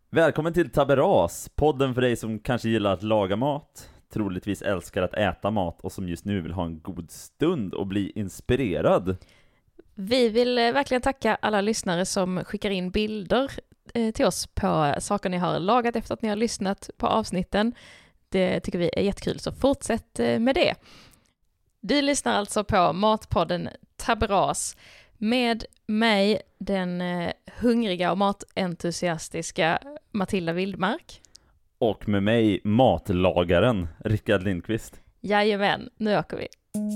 Välkommen till Taberas, podden för dig som kanske gillar att laga mat, troligtvis älskar att äta mat och som just nu vill ha en god stund och bli inspirerad. Vi vill verkligen tacka alla lyssnare som skickar in bilder till oss på saker ni har lagat efter att ni har lyssnat på avsnitten. Det tycker vi är jättekul, så fortsätt med det. Du lyssnar alltså på Matpodden Taberas med mig, den hungriga och matentusiastiska Matilda Wildmark. Och med mig, matlagaren Rickard Lindqvist. Jajamän, nu åker vi.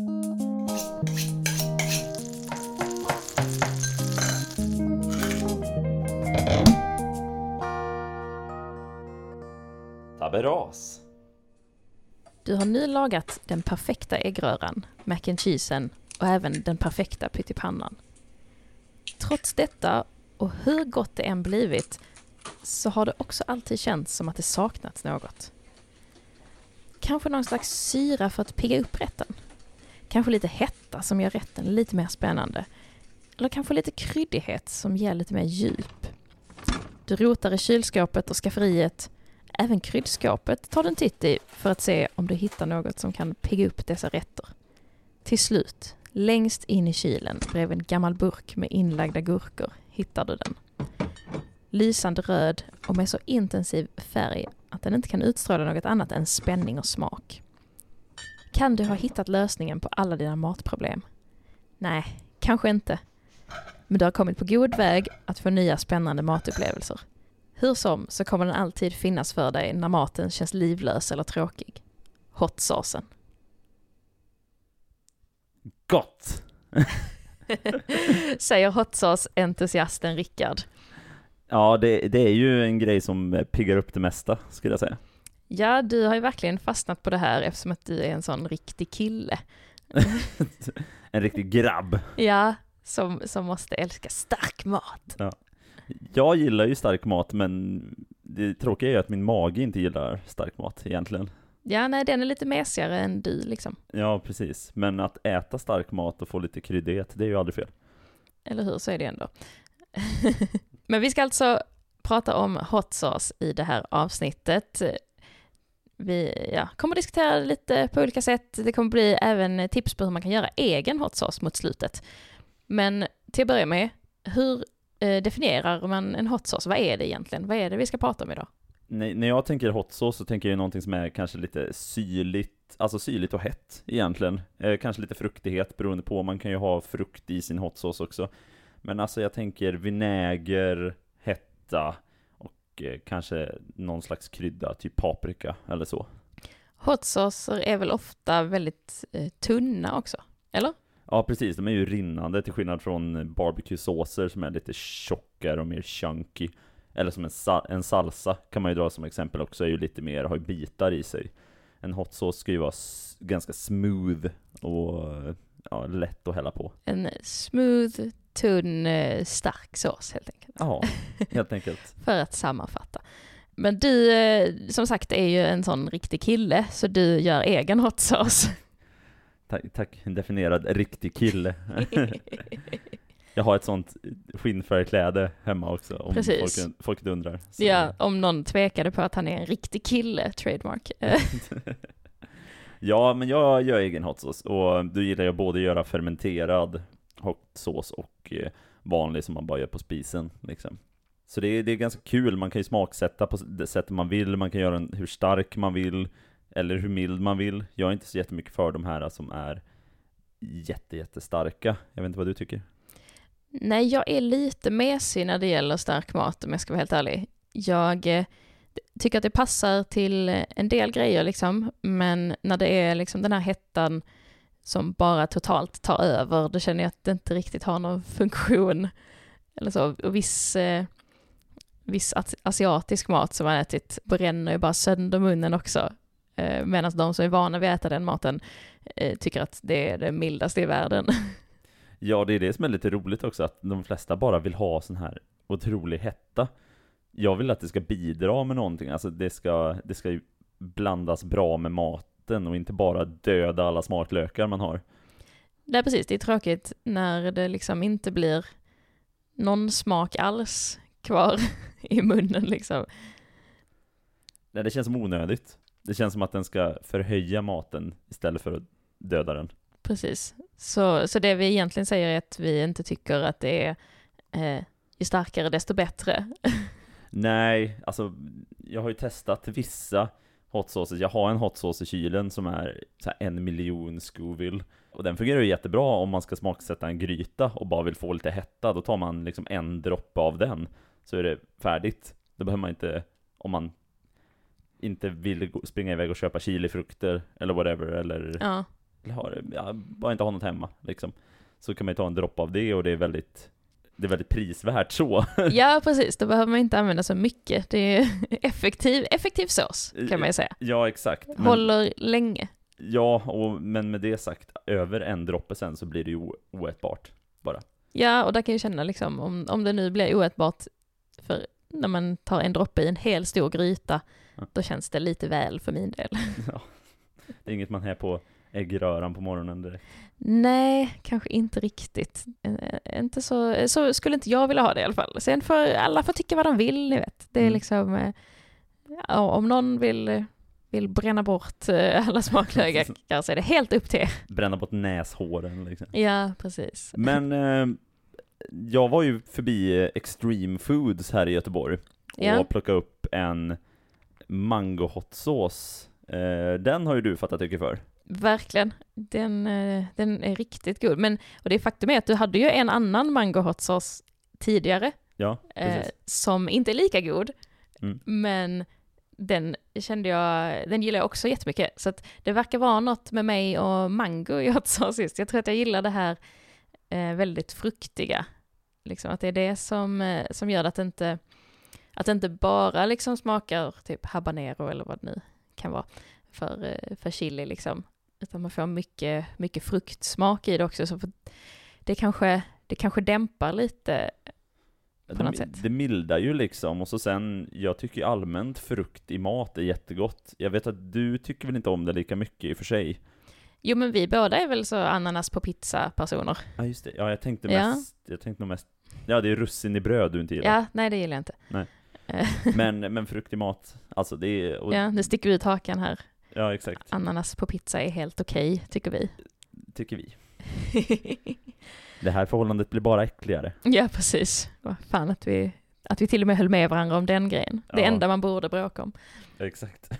Taberas. Du har nu lagat den perfekta äggröran, mac and cheesen och även den perfekta pyttipannan. Trots detta, och hur gott det än blivit, så har det också alltid känts som att det saknats något. Kanske någon slags syra för att pigga upp rätten. Kanske lite hetta som gör rätten lite mer spännande. Eller kanske lite kryddighet som ger lite mer djup. Du rotar i kylskåpet och skafferiet. Även kryddskåpet tar du en titt i för att se om du hittar något som kan pigga upp dessa rätter. Till slut, längst in i kylen bredvid en gammal burk med inlagda gurkor hittar du den. Lysande röd och med så intensiv färg att den inte kan utstråla något annat än spänning och smak. Kan du ha hittat lösningen på alla dina matproblem? Nej, kanske inte. Men du har kommit på god väg att få nya spännande matupplevelser. Hur som så kommer den alltid finnas för dig när maten känns livlös eller tråkig. Hotsåsen. Gott! Säger hotsås-entusiasten Rickard. Ja, det är ju en grej som piggar upp det mesta, skulle jag säga. Ja, du har ju verkligen fastnat på det här eftersom att du är en sån riktig kille. En riktig grabb. Ja, som måste älska stark mat. Ja. Jag gillar ju stark mat, men det tråkiga är ju att min mage inte gillar stark mat egentligen. Ja, nej, den är lite mesigare än du liksom. Ja, precis. Men att äta stark mat och få lite kryddighet, det är ju aldrig fel. Eller hur, så är det ändå. Men vi ska alltså prata om hot sauce i det här avsnittet. Vi kommer diskutera lite på olika sätt. Det kommer bli även tips på hur man kan göra egen hot sauce mot slutet. Men till att börja med, hur definierar man en hot sauce? Vad är det egentligen? Vad är det vi ska prata om idag? När jag tänker hot sauce så tänker jag någonting som är kanske lite syrligt, alltså syrligt och hett egentligen. Kanske lite fruktighet beroende på, man kan ju ha frukt i sin hot sauce också. Men alltså jag tänker vinäger, hetta och kanske någon slags krydda, typ paprika eller så. Hot saucer är väl ofta väldigt tunna också, eller? Ja, precis. De är ju rinnande till skillnad från barbecue-såser som är lite tjockare och mer chunky. Eller som en salsa kan man ju dra som exempel också, är ju lite mer, har ju bitar i sig. En hot sauce ska ju vara ganska smooth och lätt att hälla på. En smooth, tunn, stark sås helt enkelt. Ja, helt enkelt. För att sammanfatta. Men du, som sagt, är ju en sån riktig kille, så du gör egen hot sauce. Tack, en definierad riktig kille. Jag har ett sånt skinnfärgkläde hemma också, om folk undrar. Så. Ja, om någon tvekade på att han är en riktig kille, trademark. Ja, men jag gör egen hot sauce, och du gillar ju både göra fermenterad hot sauce och vanlig som man bara gör på spisen liksom. Så det är ganska kul, man kan ju smaksätta på det sättet man vill, man kan göra den hur stark man vill eller hur mild man vill. Jag är inte så jättemycket för de här som är jättestarka. Jag vet inte vad du tycker. Nej, jag är lite mesig när det gäller stark mat, om jag ska vara helt ärlig. Jag tycker att det passar till en del grejer liksom, men när det är liksom den här hettan som bara totalt tar över, då känner jag att det inte riktigt har någon funktion. Eller så. Och viss asiatisk mat som man ätit bränner ju bara sönder munnen också. Medan de som är vana vid att äta den maten tycker att det är det mildaste i världen. Ja, det är det som är lite roligt också, att de flesta bara vill ha sån här otrolig hetta. Jag vill att det ska bidra med någonting, alltså det ska ju blandas bra med maten och inte bara döda alla smaklökar man har. Det är precis, det är tråkigt när det liksom inte blir någon smak alls kvar i munnen liksom. Nej, det känns som onödigt. Det känns som att den ska förhöja maten istället för att döda den. Precis. Så det vi egentligen säger är att vi inte tycker att det är ju starkare desto bättre. Nej, alltså jag har ju testat vissa hot sauces. Jag har en hot sauce i kylen som är så här 1 miljon Scoville. Och den fungerar ju jättebra om man ska smaksätta en gryta och bara vill få lite hetta. Då tar man liksom en droppe av den, så är det färdigt. Då behöver man inte, om man inte vill springa iväg och köpa chilifrukter eller whatever, eller bara inte ha något hemma liksom. Så kan man ju ta en droppe av det, och det är väldigt prisvärt så. Ja, precis. Då behöver man inte använda så mycket. Det är effektiv sås, kan man ju säga. Ja, exakt. Håller länge. Ja, men med det sagt, över en droppe sen så blir det ju oätbart bara. Ja, och där kan jag känna liksom, om det nu blir oätbart, för när man tar en droppe i en hel stor gryta, då känns det lite väl för min del. Ja. Det är inget man har på äggröran på morgonen direkt. Nej, kanske inte riktigt. Inte så skulle inte jag vilja ha det i alla fall. Sen får alla tycka vad de vill, ni vet. Det är liksom, om någon vill bränna bort alla smaklökar så är det helt upp till er. Bränna bort näshåren liksom. Ja, precis. Men jag var ju förbi Extreme Foods här i Göteborg och plockade upp en mango hot sauce. Den har ju du fattat tycke för. Verkligen. Den är riktigt god. Och det faktum är att du hade ju en annan mango hot sauce tidigare. Ja, som inte är lika god. Men den gillar jag också jättemycket. Så att det verkar vara något med mig och mango i hot sauce just. Jag tror att jag gillar det här väldigt fruktiga. Liksom att det är det som gör att det inte bara liksom smakar typ habanero eller vad det nu kan vara för chili liksom. Utan man får mycket fruktsmak i det också. Så det kanske dämpar lite på något sätt. Det mildar ju liksom. Och så sen, jag tycker ju allmänt frukt i mat är jättegott. Jag vet att du tycker väl inte om det lika mycket i och för sig. Jo, men vi båda är väl så ananas på pizza-personer. Ja, just det. Ja, jag tänkte nog mest. Ja, det är russin i bröd du inte gillar. Ja, nej, det gillar jag inte. Nej. Men frukt i mat, alltså det är... Ja, nu sticker vi ut hakan här. Ja, exakt. Ananas på pizza är helt okej, tycker vi. Tycker vi. Det här förhållandet blir bara äckligare. Ja, precis. Vad fan att vi till och med höll med varandra om den grejen. Det enda man borde bråka om. Exakt.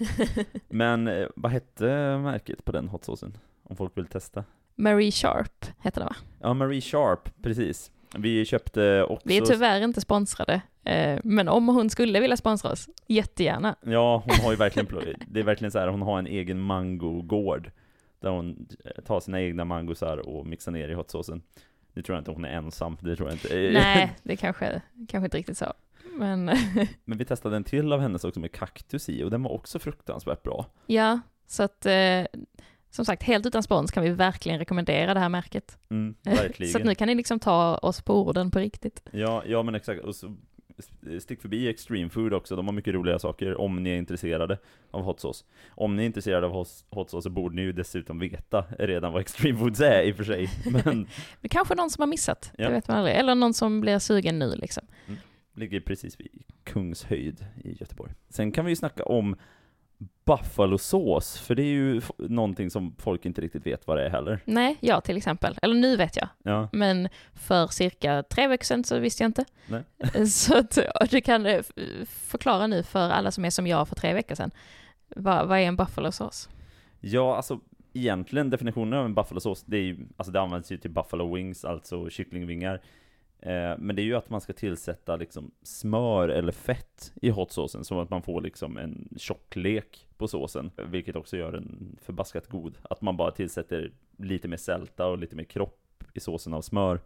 Men vad hette märket på den hotsåsen? Om folk vill testa. Marie Sharp heter det, va? Ja, Marie Sharp, precis. Vi köpte också... Vi är tyvärr inte sponsrade. Men om hon skulle vilja sponsra oss, jättegärna. Ja, hon har ju verkligen... Det är verkligen så här, hon har en egen mangogård. Där hon tar sina egna mangosar och mixar ner i hotsåsen. Det tror jag inte hon är ensam. Det tror jag inte. Nej, det kanske inte riktigt så. Men vi testade en till av hennes också med kaktus i. Och den var också fruktansvärt bra. Ja, så att... Som sagt, helt utan spons kan vi verkligen rekommendera det här märket. Verkligen. Så att nu kan ni liksom ta oss på orden på riktigt. Ja, men exakt. Och så stick förbi Extreme Food också. De har mycket roliga saker om ni är intresserade av hot sauce. Om ni är intresserade av hot sauce så borde ni ju dessutom veta redan vad Extreme Foods är i och för sig. Men det kanske någon som har missat, det vet man aldrig. Eller någon som blir sugen nu liksom. Ligger precis vid Kungshöjd i Göteborg. Sen kan vi ju snacka om buffalosås, för det är ju någonting som folk inte riktigt vet vad det är heller. Nej, jag till exempel. Eller nu vet jag. Ja. Men för cirka 3 veckor sedan så visste jag inte. Nej. Så att du kan förklara nu för alla som är som jag för 3 veckor sedan. Vad är en buffalosås? Ja, alltså egentligen definitionen av en buffalosås, det är ju, alltså det används ju till buffalo wings, alltså kycklingvingar. Men det är ju att man ska tillsätta liksom smör eller fett i hotsåsen så att man får liksom en tjocklek på såsen, vilket också gör den förbaskat god. Att man bara tillsätter lite mer sälta och lite mer kropp i såsen av smör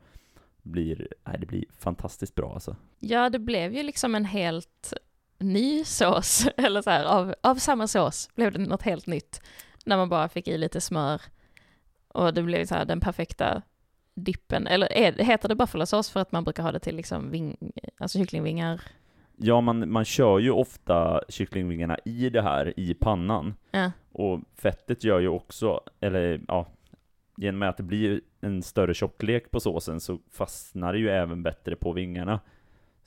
det blir fantastiskt bra alltså. Ja, det blev ju liksom en helt ny sås eller så här, av samma sås blev det något helt nytt när man bara fick i lite smör och det blev så här den perfekta dippen, eller heter det buffalosås för att man brukar ha det till liksom alltså kycklingvingar? Ja, man kör ju ofta kycklingvingarna i det här i pannan. Ja. Och fettet gör ju också, eller ja, genom att det blir en större tjocklek på såsen så fastnar det ju även bättre på vingarna.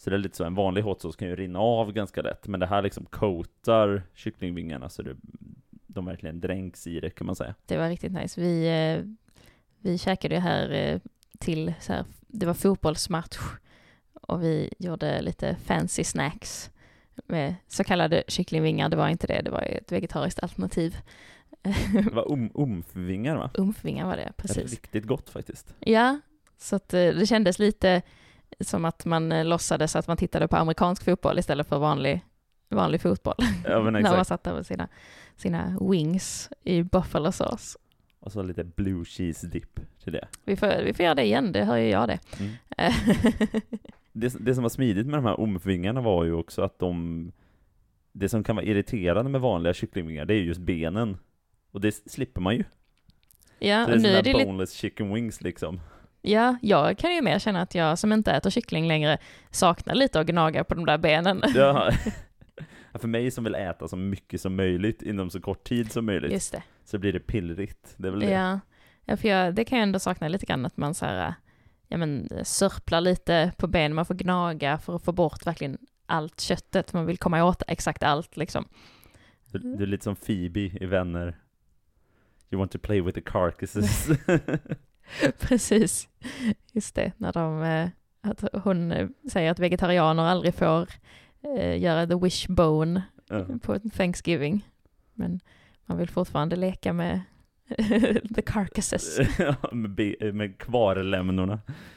Så det är lite så, en vanlig hot sauce kan ju rinna av ganska lätt, men det här liksom coatar kycklingvingarna så de verkligen dränks i det, kan man säga. Det var riktigt nice. Vi käkade här till så här, det var fotbollsmatch och vi gjorde lite fancy snacks med så kallade kycklingvingar. Det var inte det, det var ett vegetariskt alternativ. Det var umfvingar, va? Umfvingar var det, precis. Det är riktigt gott faktiskt. Ja, så att det kändes lite som att man låtsades att man tittade på amerikansk fotboll istället för vanlig fotboll. Ja, men exakt. När man satt där med sina wings i buffalo sauce. Och så lite blue cheese dip till det. Vi får göra det igen, det hör ju jag det. Mm. Det som var smidigt med de här omvingarna var ju också att det som kan vara irriterande med vanliga kycklingvingar, det är just benen. Och det slipper man ju. Ja, så det är nu är det boneless chicken wings liksom. Ja, jag kan ju mer känna att jag som inte äter kyckling längre saknar lite att gnaga på de där benen. Ja. För mig som vill äta så mycket som möjligt inom så kort tid som möjligt. Just det. Så blir det pillrigt. Det är väl det. Ja, för det kan jag ändå sakna lite grann, att man så här, sörplar lite på benen, man får gnaga för att få bort verkligen allt köttet. Man vill komma åt exakt allt liksom. Du är lite som Phoebe i Vänner. You want to play with the carcasses. Precis. Just det, när att hon säger att vegetarianer aldrig får göra the wishbone på Thanksgiving. Men man vill fortfarande leka med the carcasses. med kvarlämnorna.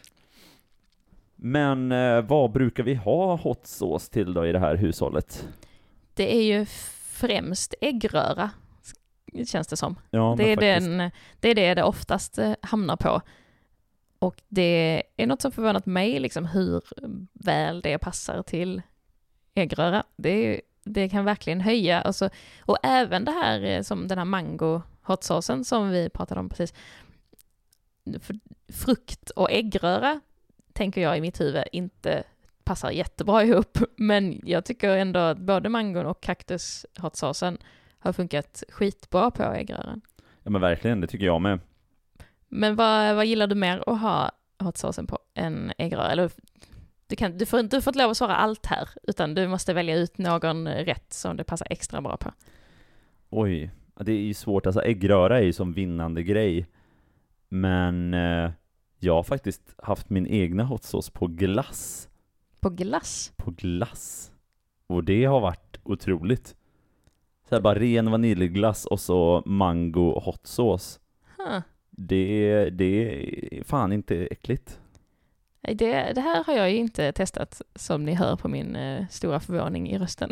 Men vad brukar vi ha hot sauce till då i det här hushållet? Det är ju främst äggröra, känns det som. Ja, det är det oftast hamnar på. Och det är något som förvånat mig, liksom, hur väl det passar till äggröra. Det kan verkligen höja. Alltså, och även det här som den här mango hotsaucen som vi pratade om precis. Frukt och äggröra tänker jag i mitt huvud inte passar jättebra ihop. Men jag tycker ändå att både mangon och kaktus hotsaucen har funkat skitbra på äggröran. Ja, men verkligen, det tycker jag med. Men vad gillar du mer att ha hotsaucen på än äggröra? Eller du får inte lov att svara allt här, utan du måste välja ut någon rätt som det passar extra bra på. Oj, det är ju svårt. Alltså äggröra är ju som vinnande grej. Men jag har faktiskt haft min egna hotsauce på glass. På glass? På glass. Och det har varit otroligt. Så här, bara ren vaniljglass och så mango hotsauce. Huh. Det är fan inte äckligt. Det här har jag ju inte testat, som ni hör på min stora förvåning i rösten.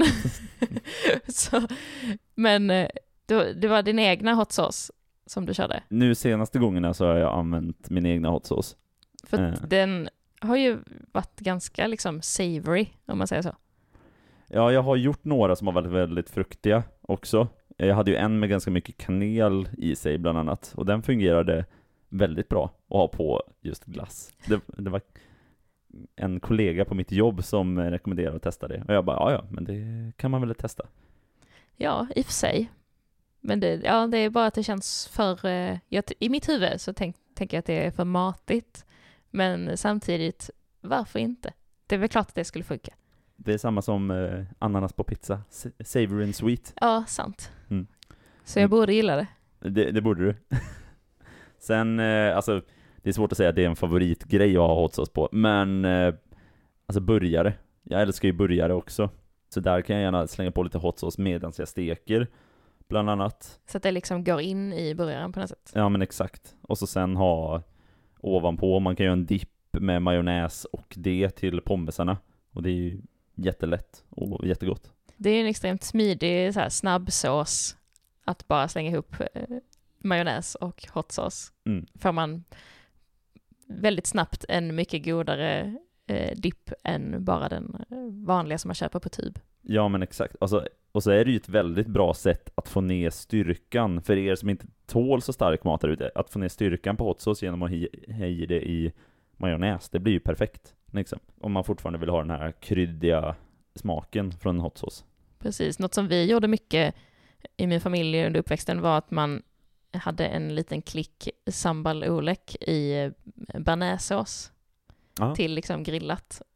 Men det var din egna hotsauce som du körde? Nu senaste gångerna så har jag använt min egna hotsauce. För den har ju varit ganska liksom savory, om man säger så. Ja, jag har gjort några som har varit väldigt fruktiga också. Jag hade ju en med ganska mycket kanel i sig bland annat. Och den fungerade väldigt bra att ha på just glass. Det var en kollega på mitt jobb som rekommenderade att testa det. Och jag bara, ja, men det kan man väl testa. Ja, i och för sig. Men det är bara att det känns för... i mitt huvud så tänker jag att det är för matigt. Men samtidigt, varför inte? Det är väl klart att det skulle funka. Det är samma som ananas på pizza. Savory and sweet. Ja, sant. Mm. Så jag borde gilla det. Det borde du. Sen, alltså, det är svårt att säga att det är en favoritgrej jag har hotsauce på. Men, alltså burgare. Jag älskar ju burgare också. Så där kan jag gärna slänga på lite hotsauce medan jag steker. Bland annat. Så att det liksom går in i burgaren på något sätt. Ja, men exakt. Och så sen ha ovanpå. Man kan göra en dipp med majonnäs och det till pommesarna. Och det är ju jättelätt och jättegott. Det är en extremt smidig så här, snabbsås att bara slänga ihop majonnäs och hotsauce. Får man väldigt snabbt en mycket godare dipp än bara den vanliga som man köper på tub. Ja, men exakt. Alltså, och så är det ju ett väldigt bra sätt att få ner styrkan för er som inte tål så stark mat där ute. Att få ner styrkan på hotsauce genom att heja det i majonnäs. Det blir ju perfekt. Liksom. Om man fortfarande vill ha den här kryddiga smaken från hotsauce. Precis. Något som vi gjorde mycket i min familj under uppväxten var att man hade en liten klick sambal olek i bearnaisesås till liksom grillat och så.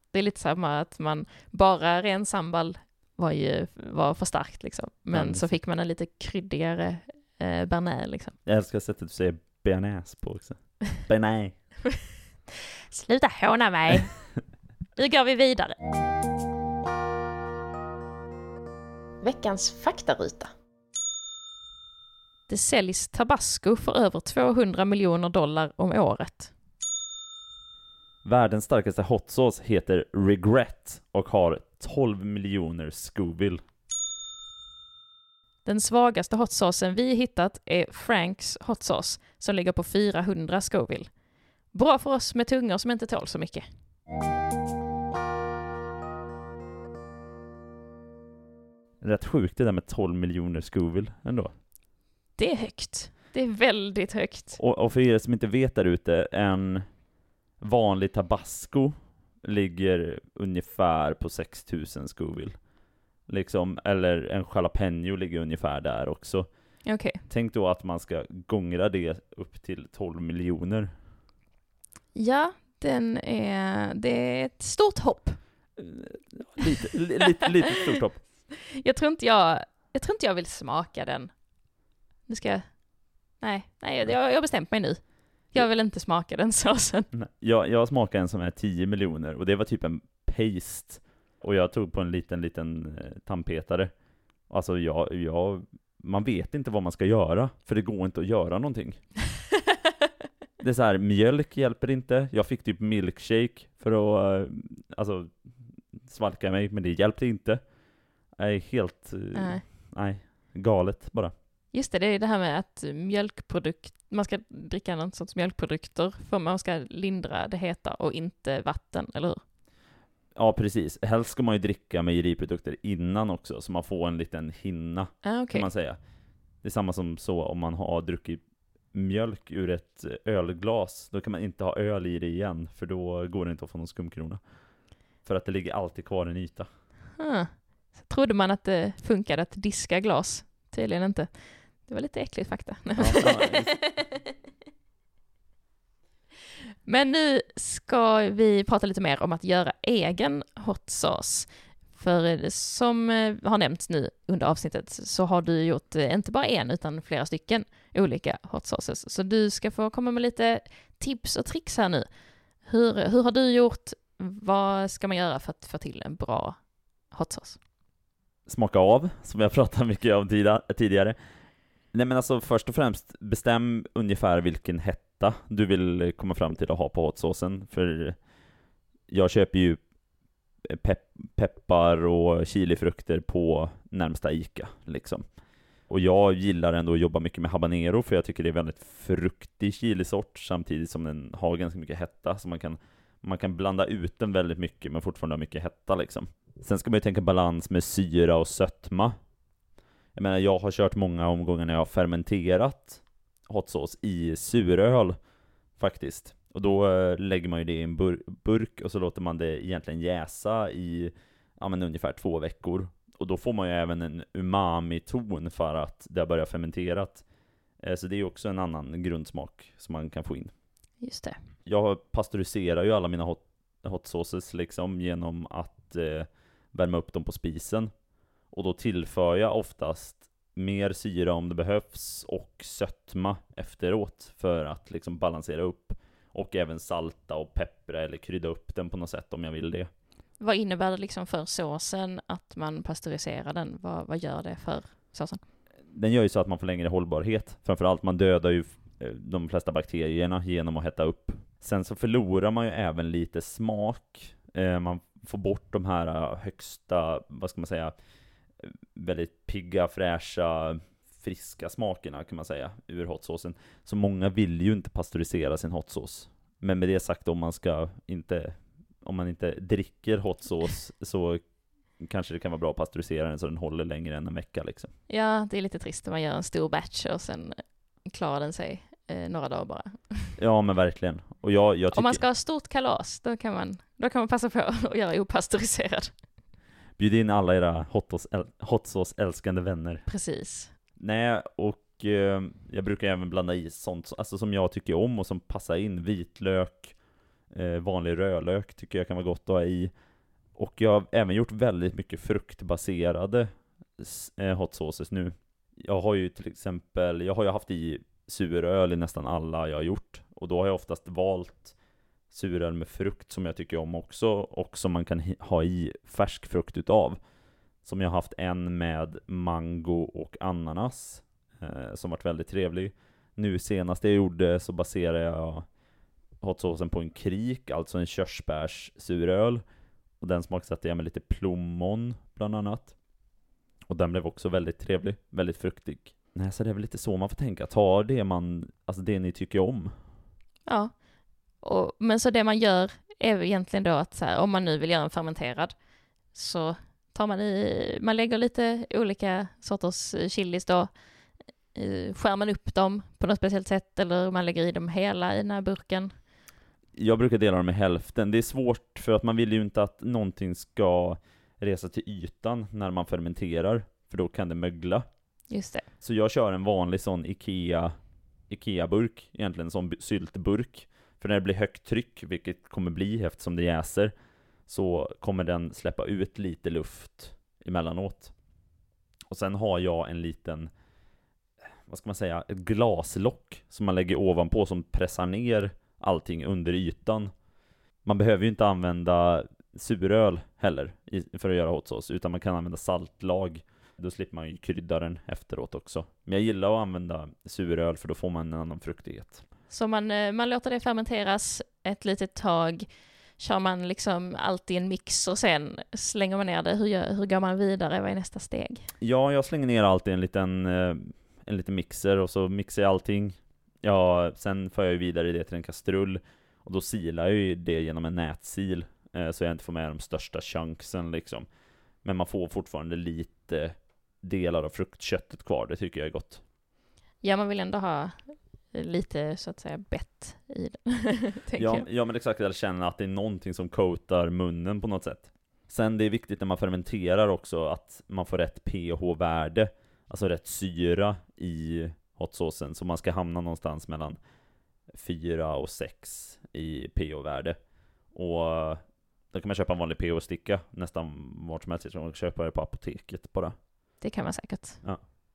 Det är lite samma att man bara ren sambal var för starkt liksom. Men så fick man en lite kryddigare bearnaise liksom. Jag älskar sättet du säger bearnaise på också. Bearnaise. Sluta håna mig. Nu går vi vidare. Veckans faktaruta. Det säljs tabasco för över $200 miljoner om året. Världens starkaste hot sauce heter Regret och har 12 miljoner Scoville. Den svagaste hot saucen vi hittat är Franks hot sauce som ligger på 400 Scoville. Bra för oss med tungor som inte tål så mycket. Rätt sjukt det där med 12 miljoner Scoville ändå. Det är högt. Det är väldigt högt. Och för er som inte vet där ute, en vanlig tabasco ligger ungefär på 6000 Scoville. Liksom, eller en jalapeno ligger ungefär där också. Okay. Tänk då att man ska gångra det upp till 12 miljoner. Ja, det är ett stort hopp. Lite stort hopp. Jag tror inte jag vill smaka den. Nej, jag har bestämt mig nu. Jag vill inte smaka den såsen. Jag smakade en som är 10 miljoner och det var typ en paste. Och jag tog på en liten tandpetare. Alltså man vet inte vad man ska göra, för det går inte att göra någonting. Det är så här, mjölk hjälper inte. Jag fick typ milkshake för att svalka mig, men det hjälpte inte. Jag är helt galet bara. Just det är det här med att man ska dricka någon sorts mjölkprodukter för man ska lindra det heta och inte vatten, eller hur? Ja, precis. Helst ska man ju dricka mejeriprodukter innan också, så man får en liten hinna, kan man säga. Det är samma som så om man har druckit mjölk ur ett ölglas, då kan man inte ha öl i det igen, för då går det inte att få någon skumkrona. För att det ligger alltid kvar en yta. Så trodde man att det funkade att diska glas? Tydligen inte. Det var lite äckligt fakta. Men nu ska vi prata lite mer om att göra egen hot sauce. För som har nämnts nu under avsnittet så har du gjort inte bara en utan flera stycken olika hot sauces. Så du ska få komma med lite tips och tricks här nu. Hur har du gjort? Vad ska man göra för att få till en bra hot sauce? Smaka av, som jag pratade mycket om tidigare. Nej, men alltså först och främst bestäm ungefär vilken hetta du vill komma fram till att ha på hotsåsen. För jag köper ju peppar och chilifrukter på närmsta Ica liksom. Och jag gillar ändå att jobba mycket med habanero, för jag tycker det är väldigt fruktig chilisort samtidigt som den har ganska mycket hetta, så man kan blanda ut den väldigt mycket men fortfarande ha mycket hetta liksom. Sen ska man ju tänka balans med syra och sötma. Jag menar, jag har kört många omgångar när jag har fermenterat hot sauce i suröl faktiskt. Och då lägger man ju det i en burk och så låter man det egentligen jäsa i ungefär 2 veckor. Och då får man ju även en umami-ton för att det har börjat fermenterat. Så det är också en annan grundsmak som man kan få in. Just det. Jag pasteuriserar ju alla mina hot sauces liksom genom att värma upp dem på spisen. Och då tillför jag oftast mer syra om det behövs och sötma efteråt för att liksom balansera upp. Och även salta och peppra eller krydda upp den på något sätt om jag vill det. Vad innebär det liksom för såsen att man pasteuriserar den? Vad gör det för såsen? Den gör ju så att man får längre hållbarhet. Framförallt man dödar ju de flesta bakterierna genom att hetta upp. Sen så förlorar man ju även lite smak. Man får bort de här högsta, vad ska man säga, väldigt pigga, fräscha, friska smakerna kan man säga ur hotsåsen. Så många vill ju inte pasteurisera sin hotsås. Men med det sagt, om man inte dricker hotsås så kanske det kan vara bra att pasteurisera den så den håller längre än en vecka liksom. Ja, det är lite trist om man gör en stor batch och sen klarar den sig några dagar bara. Ja, men verkligen. Och jag tycker... Om man ska ha stort kalas, då kan man passa på att göra opastöriserad. Bjud in alla era hotsås-älskande vänner. Precis. Nej, och jag brukar även blanda i sånt alltså som jag tycker om och som passar in. Vitlök, Vanlig rödlök tycker jag kan vara gott att ha i. Och jag har även gjort väldigt mycket fruktbaserade hot sauces nu. Jag har ju till exempel, jag har ju haft i suröl i nästan alla jag har gjort. Och då har jag oftast valt suröl med frukt som jag tycker om också. Och som man kan ha i färsk frukt utav. Som jag har haft en med mango och ananas. Som varit väldigt trevlig. Nu senast jag gjorde så baserade jag hot saucen på en krik. Alltså en körsbärssuröl. Och den smaksatte jag med lite plommon bland annat. Och den blev också väldigt trevlig. Väldigt fruktig. Nej, så det är väl lite så man får tänka. Ta det alltså det ni tycker om. Ja. Men så det man gör är egentligen då att så här, om man nu vill göra en fermenterad så tar man lägger lite olika sorters chilis då. Skär man upp dem på något speciellt sätt eller man lägger i dem hela i den här burken. Jag brukar dela dem med hälften. Det är svårt för att man vill ju inte att någonting ska resa till ytan när man fermenterar. För då kan det mögla. Just det. Så jag kör en vanlig sån Ikea-burk. Egentligen en sån syltburk. För när det blir högt tryck, vilket kommer bli eftersom det jäser, så kommer den släppa ut lite luft emellanåt. Och sen har jag en liten, vad ska man säga, ett glaslock som man lägger ovanpå som pressar ner allting under ytan. Man behöver ju inte använda suröl heller för att göra hot sauce, utan man kan använda saltlag. Då slipper man ju krydda den efteråt också. Men jag gillar att använda suröl för då får man en annan fruktighet. Så man låter det fermenteras ett litet tag. Kör man liksom allt i en mix och sen slänger man ner det. Hur går man vidare? Vad är nästa steg? Ja, jag slänger ner allt i en liten mixer och så mixar jag allting. Ja, sen får jag ju vidare det till en kastrull och då silar jag ju det genom en nätsil så jag inte får med de största chunksen liksom. Men man får fortfarande lite delar av fruktköttet kvar, det tycker jag är gott. Ja, man vill ändå ha lite så att säga bett i den. Ja, men exakt, jag känner att det är någonting som coatar munnen på något sätt. Sen det är viktigt när man fermenterar också att man får rätt pH-värde, alltså rätt syra i hot saucen, så man ska hamna någonstans mellan 4 och 6 i pH-värde. Och då kan man köpa en vanlig pH-sticka nästan vart som helst, så man kan köpa det på apoteket bara. Det kan man säkert. Ja.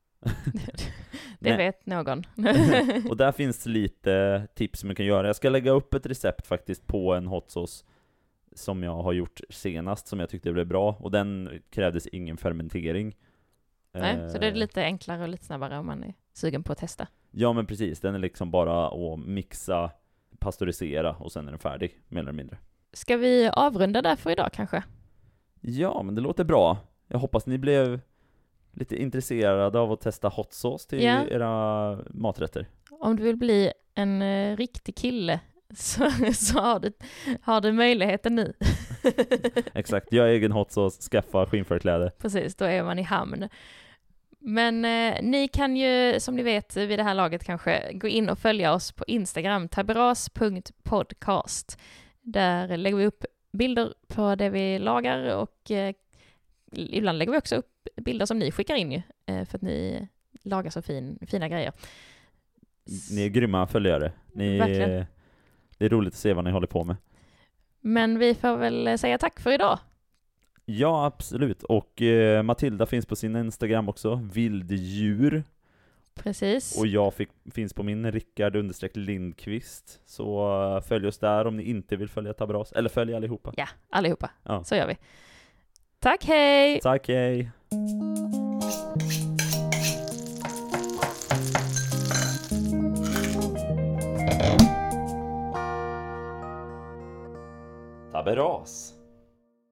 Det vet någon. Och där finns lite tips som man kan göra. Jag ska lägga upp ett recept faktiskt på en hot sauce som jag har gjort senast som jag tyckte blev bra. Och den krävdes ingen fermentering. Nej, så det är lite enklare och lite snabbare om man är sugen på att testa. Ja, men precis. Den är liksom bara att mixa, pasteurisera och sen är den färdig, mer eller mindre. Ska vi avrunda där för idag kanske? Ja, men det låter bra. Jag hoppas ni blev lite intresserade av att testa hot sauce till era maträtter. Om du vill bli en riktig kille så har du möjligheten nu. Exakt, gör egen hot sauce, skaffa skinnförkläde. Precis, då är man i hamn. Men ni kan ju, som ni vet vid det här laget kanske, gå in och följa oss på Instagram, taberas.podcast. Där lägger vi upp bilder på det vi lagar och ibland lägger vi också upp bilder som ni skickar in ju, för att ni lagar så fina grejer. Ni är grymma följare. Det är roligt att se vad ni håller på med. Men vi får väl säga tack för idag. Ja, absolut. Och Matilda finns på sin Instagram också, vilddjur. Precis. Och jag finns på min Rickard_Lindqvist. Så följ oss där om ni inte vill följa Taberas. Eller följ allihopa. Ja, allihopa. Ja. Så gör vi. Tack, hej! Tack, hej! Taberas.